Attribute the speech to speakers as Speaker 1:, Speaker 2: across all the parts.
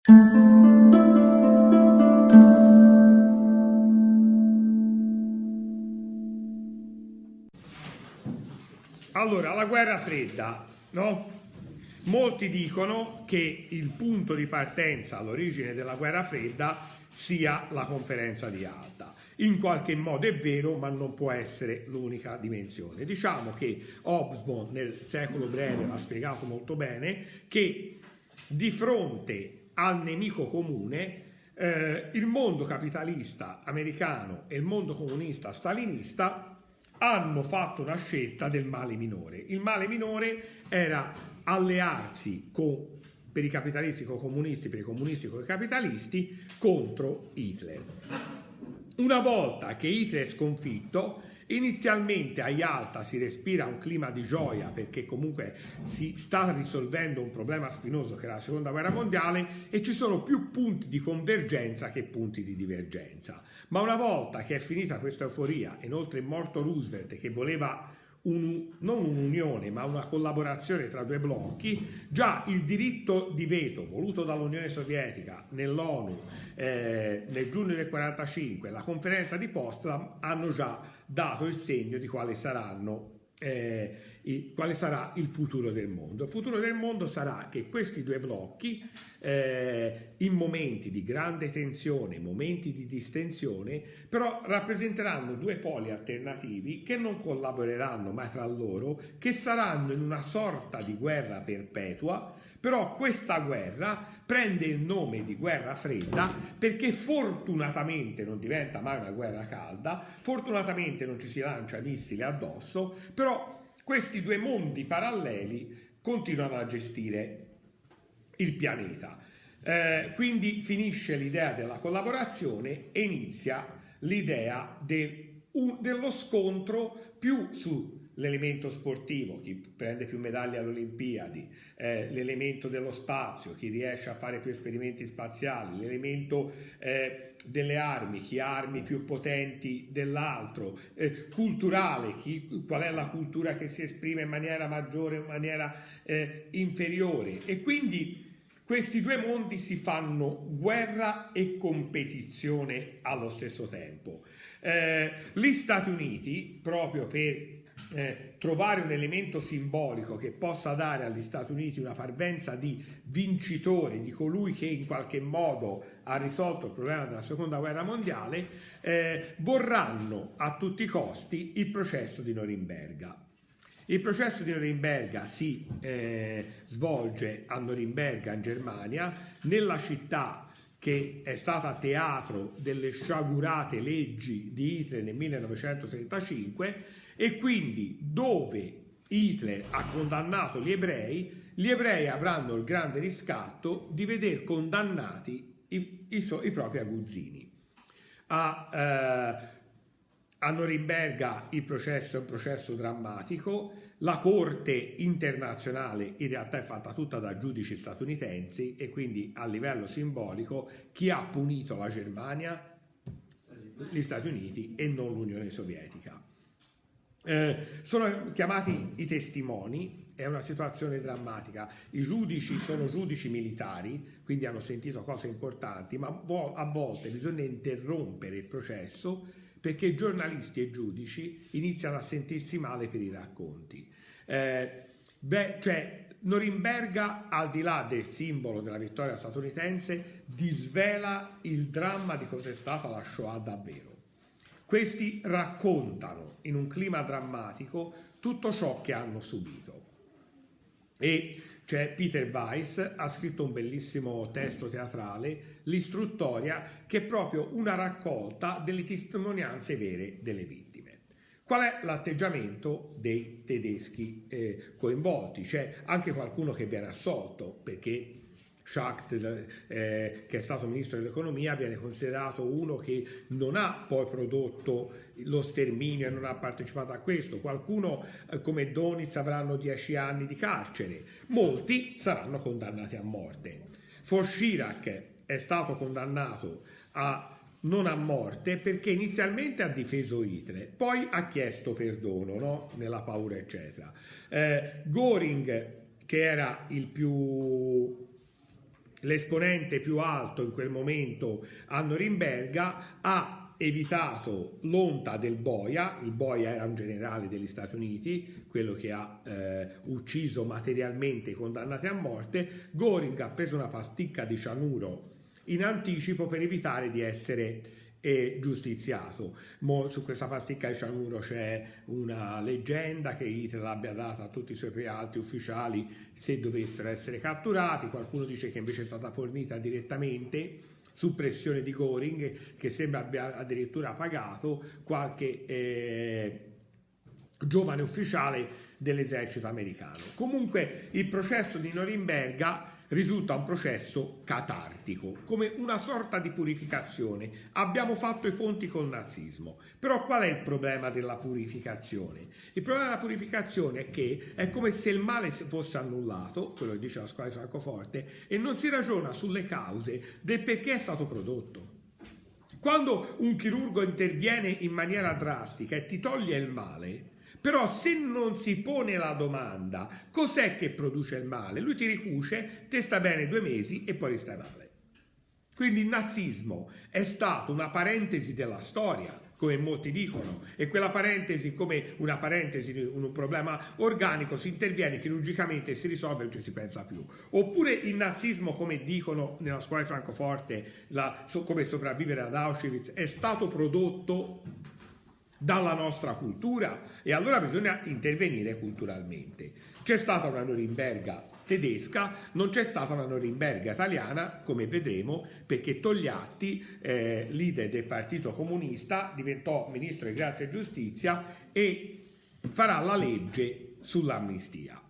Speaker 1: Allora, la guerra fredda, no? Molti dicono che il punto di partenza all'origine della guerra fredda sia la conferenza di Yalta. In qualche modo è vero, ma non può essere l'unica dimensione. Diciamo che Hobsbawm nel Secolo Breve l'ha spiegato molto bene, che di fronte al nemico comune il mondo capitalista americano e il mondo comunista stalinista hanno fatto una scelta del male minore. Il male minore era allearsi per i capitalisti con i comunisti, per i comunisti con i capitalisti contro Hitler. Una volta che Hitler è sconfitto, inizialmente a Yalta si respira un clima di gioia perché comunque si sta risolvendo un problema spinoso che era la seconda guerra mondiale e ci sono più punti di convergenza che punti di divergenza. Ma una volta che è finita questa euforia, inoltre è morto Roosevelt che voleva non un'unione ma una collaborazione tra due blocchi, già il diritto di veto voluto dall'Unione Sovietica nell'ONU nel giugno del 1945, la conferenza di Potsdam hanno già dato il segno di quale sarà il futuro del mondo. Il futuro del mondo sarà che questi due blocchi in momenti di grande tensione, momenti di distensione, però rappresenteranno due poli alternativi che non collaboreranno mai tra loro, che saranno in una sorta di guerra perpetua, però questa guerra prende il nome di guerra fredda perché fortunatamente non diventa mai una guerra calda, fortunatamente non ci si lancia missili addosso, però questi due mondi paralleli continuano a gestire il pianeta. Quindi finisce l'idea della collaborazione e inizia l'idea dello scontro più sull'elemento sportivo, chi prende più medaglie alle Olimpiadi, l'elemento dello spazio, chi riesce a fare più esperimenti spaziali, l'elemento delle armi, chi ha armi più potenti dell'altro, culturale, qual è la cultura che si esprime in maniera maggiore o in maniera inferiore, e quindi questi due mondi si fanno guerra e competizione allo stesso tempo. Gli Stati Uniti, proprio per trovare un elemento simbolico che possa dare agli Stati Uniti una parvenza di vincitore, di colui che in qualche modo ha risolto il problema della seconda guerra mondiale, vorranno a tutti i costi il processo di Norimberga. Il processo di Norimberga si svolge a Norimberga in Germania, nella città che è stata teatro delle sciagurate leggi di Hitler nel 1935, e quindi dove Hitler ha condannato gli ebrei avranno il grande riscatto di veder condannati i propri aguzzini. A Norimberga il processo è un processo drammatico, la corte internazionale in realtà è fatta tutta da giudici statunitensi e quindi a livello simbolico chi ha punito la Germania? Gli Stati Uniti e non l'Unione Sovietica. Sono chiamati i testimoni, è una situazione drammatica, i giudici sono giudici militari, quindi hanno sentito cose importanti, ma a volte bisogna interrompere il processo perché giornalisti e giudici iniziano a sentirsi male per i racconti. Norimberga, al di là del simbolo della vittoria statunitense, disvela il dramma di cos'è stata la Shoah davvero. Questi raccontano in un clima drammatico tutto ciò che hanno subito. E Peter Weiss ha scritto un bellissimo testo teatrale, L'istruttoria, che è proprio una raccolta delle testimonianze vere delle vittime. Qual è l'atteggiamento dei tedeschi coinvolti? C'è anche qualcuno che viene assolto perché Schacht, che è stato ministro dell'economia, viene considerato uno che non ha poi prodotto lo sterminio e non ha partecipato a questo. Qualcuno come Donitz avranno 10 anni di carcere, molti saranno condannati a morte. Von Schirach è stato condannato non a morte perché inizialmente ha difeso Hitler, poi ha chiesto perdono, no? Nella paura eccetera. Göring, che era il più l'esponente più alto in quel momento a Norimberga, ha evitato l'onta del boia. Il boia era un generale degli Stati Uniti, quello che ha ucciso materialmente i condannati a morte. Göring ha preso una pasticca di cianuro in anticipo per evitare di essere giustiziato. Su questa pasticca di cianuro c'è una leggenda che Hitler l'abbia data a tutti i suoi più alti ufficiali se dovessero essere catturati. Qualcuno dice che invece è stata fornita direttamente su pressione di Göring, che sembra abbia addirittura pagato qualche giovane ufficiale dell'esercito americano. Comunque il processo di Norimberga risulta un processo catartico, come una sorta di purificazione. Abbiamo fatto i conti col nazismo, però qual è il problema della purificazione? Il problema della purificazione è che è come se il male fosse annullato, quello che dice la scuola di Francoforte, e non si ragiona sulle cause del perché è stato prodotto. Quando un chirurgo interviene in maniera drastica e ti toglie il male, però se non si pone la domanda cos'è che produce il male, lui ti ricuce, te sta bene 2 mesi e poi ristai male. Quindi il nazismo è stato una parentesi della storia, come molti dicono, e quella parentesi, come una parentesi di un problema organico, si interviene chirurgicamente e si risolve e non ci si pensa più. Oppure il nazismo, come dicono nella scuola di Francoforte, come sopravvivere ad Auschwitz, è stato prodotto dalla nostra cultura, e allora bisogna intervenire culturalmente. C'è stata una Norimberga tedesca, non c'è stata una Norimberga italiana, come vedremo, perché Togliatti, leader del Partito Comunista, diventò ministro di Grazia e Giustizia e farà la legge sull'amnistia.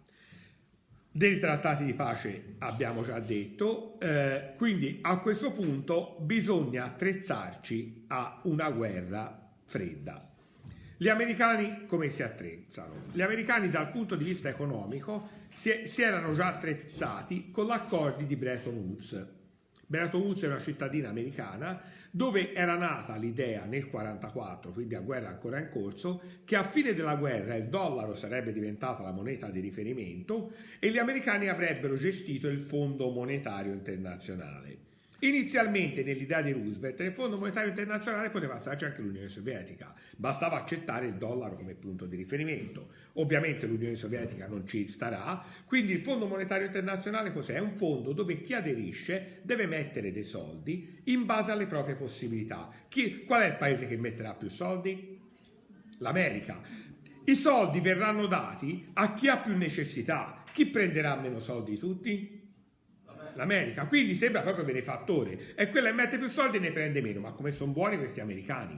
Speaker 1: Dei trattati di pace abbiamo già detto, quindi a questo punto bisogna attrezzarci a una guerra fredda. Gli americani come si attrezzano? Gli americani dal punto di vista economico si erano già attrezzati con l'accordo di Bretton Woods. Bretton Woods è una cittadina americana dove era nata l'idea nel 1944, quindi a guerra ancora in corso, che a fine della guerra il dollaro sarebbe diventata la moneta di riferimento e gli americani avrebbero gestito il Fondo Monetario Internazionale. Inizialmente nell'idea di Roosevelt nel Fondo Monetario Internazionale poteva starci anche l'Unione Sovietica, bastava accettare il dollaro come punto di riferimento. Ovviamente l'Unione Sovietica non ci starà, quindi il Fondo Monetario Internazionale cos'è? È un fondo dove chi aderisce deve mettere dei soldi in base alle proprie possibilità. Qual è il paese che metterà più soldi? L'America. I soldi verranno dati a chi ha più necessità. Chi prenderà meno soldi di tutti? L'America, quindi sembra proprio benefattore, e quella che mette più soldi ne prende meno. Ma come sono buoni questi americani?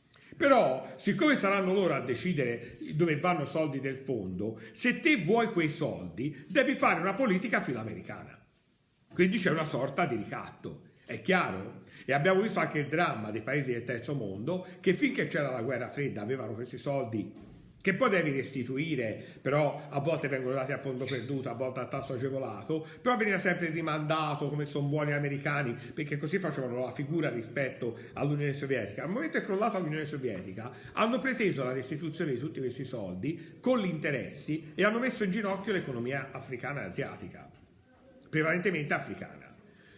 Speaker 1: Però, siccome saranno loro a decidere dove vanno i soldi del fondo, se te vuoi quei soldi devi fare una politica filoamericana, quindi c'è una sorta di ricatto, è chiaro? E abbiamo visto anche il dramma dei paesi del terzo mondo, che finché c'era la guerra fredda avevano questi soldi che poi devi restituire, però a volte vengono dati a fondo perduto, a volte a tasso agevolato, però veniva sempre rimandato come sono buoni americani, perché così facevano la figura rispetto all'Unione Sovietica. Al momento è crollata l'Unione Sovietica, hanno preteso la restituzione di tutti questi soldi con gli interessi e hanno messo in ginocchio l'economia africana e asiatica, prevalentemente africana.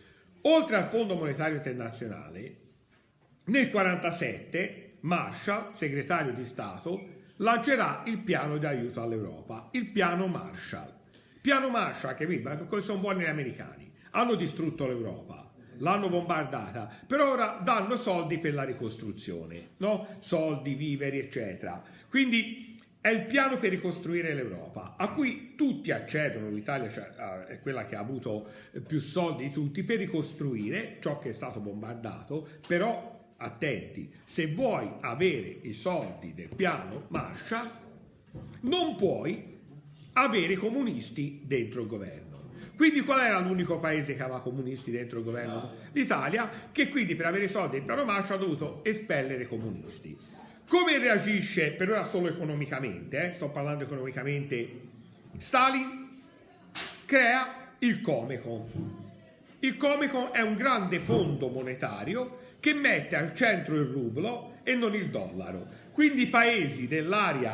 Speaker 1: Oltre al Fondo Monetario Internazionale, nel 1947 Marshall, segretario di Stato, lancerà il piano di aiuto all'Europa, il piano Marshall. Piano Marshall, che come sono buoni gli americani, hanno distrutto l'Europa, l'hanno bombardata, però ora danno soldi per la ricostruzione, no? Soldi, viveri, eccetera. Quindi è il piano per ricostruire l'Europa, a cui tutti accedono. L'Italia è quella che ha avuto più soldi di tutti per ricostruire ciò che è stato bombardato, però attenti, se vuoi avere i soldi del piano Marshall non puoi avere comunisti dentro il governo. Quindi qual era l'unico paese che aveva comunisti dentro il governo? L'Italia, che quindi per avere i soldi del piano Marshall ha dovuto espellere comunisti. Come reagisce, per ora solo economicamente, sto parlando economicamente, Stalin crea il Comecon. Il Comecon è un grande fondo monetario che mette al centro il rublo e non il dollaro. Quindi i paesi dell'area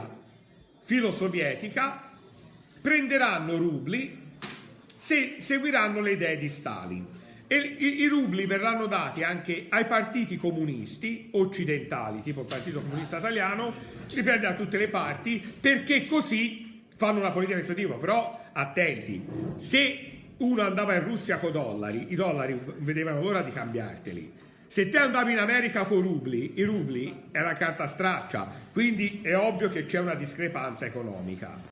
Speaker 1: filosovietica prenderanno rubli se seguiranno le idee di Stalin. E i rubli verranno dati anche ai partiti comunisti occidentali, tipo il Partito Comunista Italiano, dipende da tutte le parti, perché così fanno una politica di questo tipo. Però attenti, se uno andava in Russia con i dollari vedevano l'ora di cambiarteli. Se te andavi in America con i rubli era carta straccia, quindi è ovvio che c'è una discrepanza economica.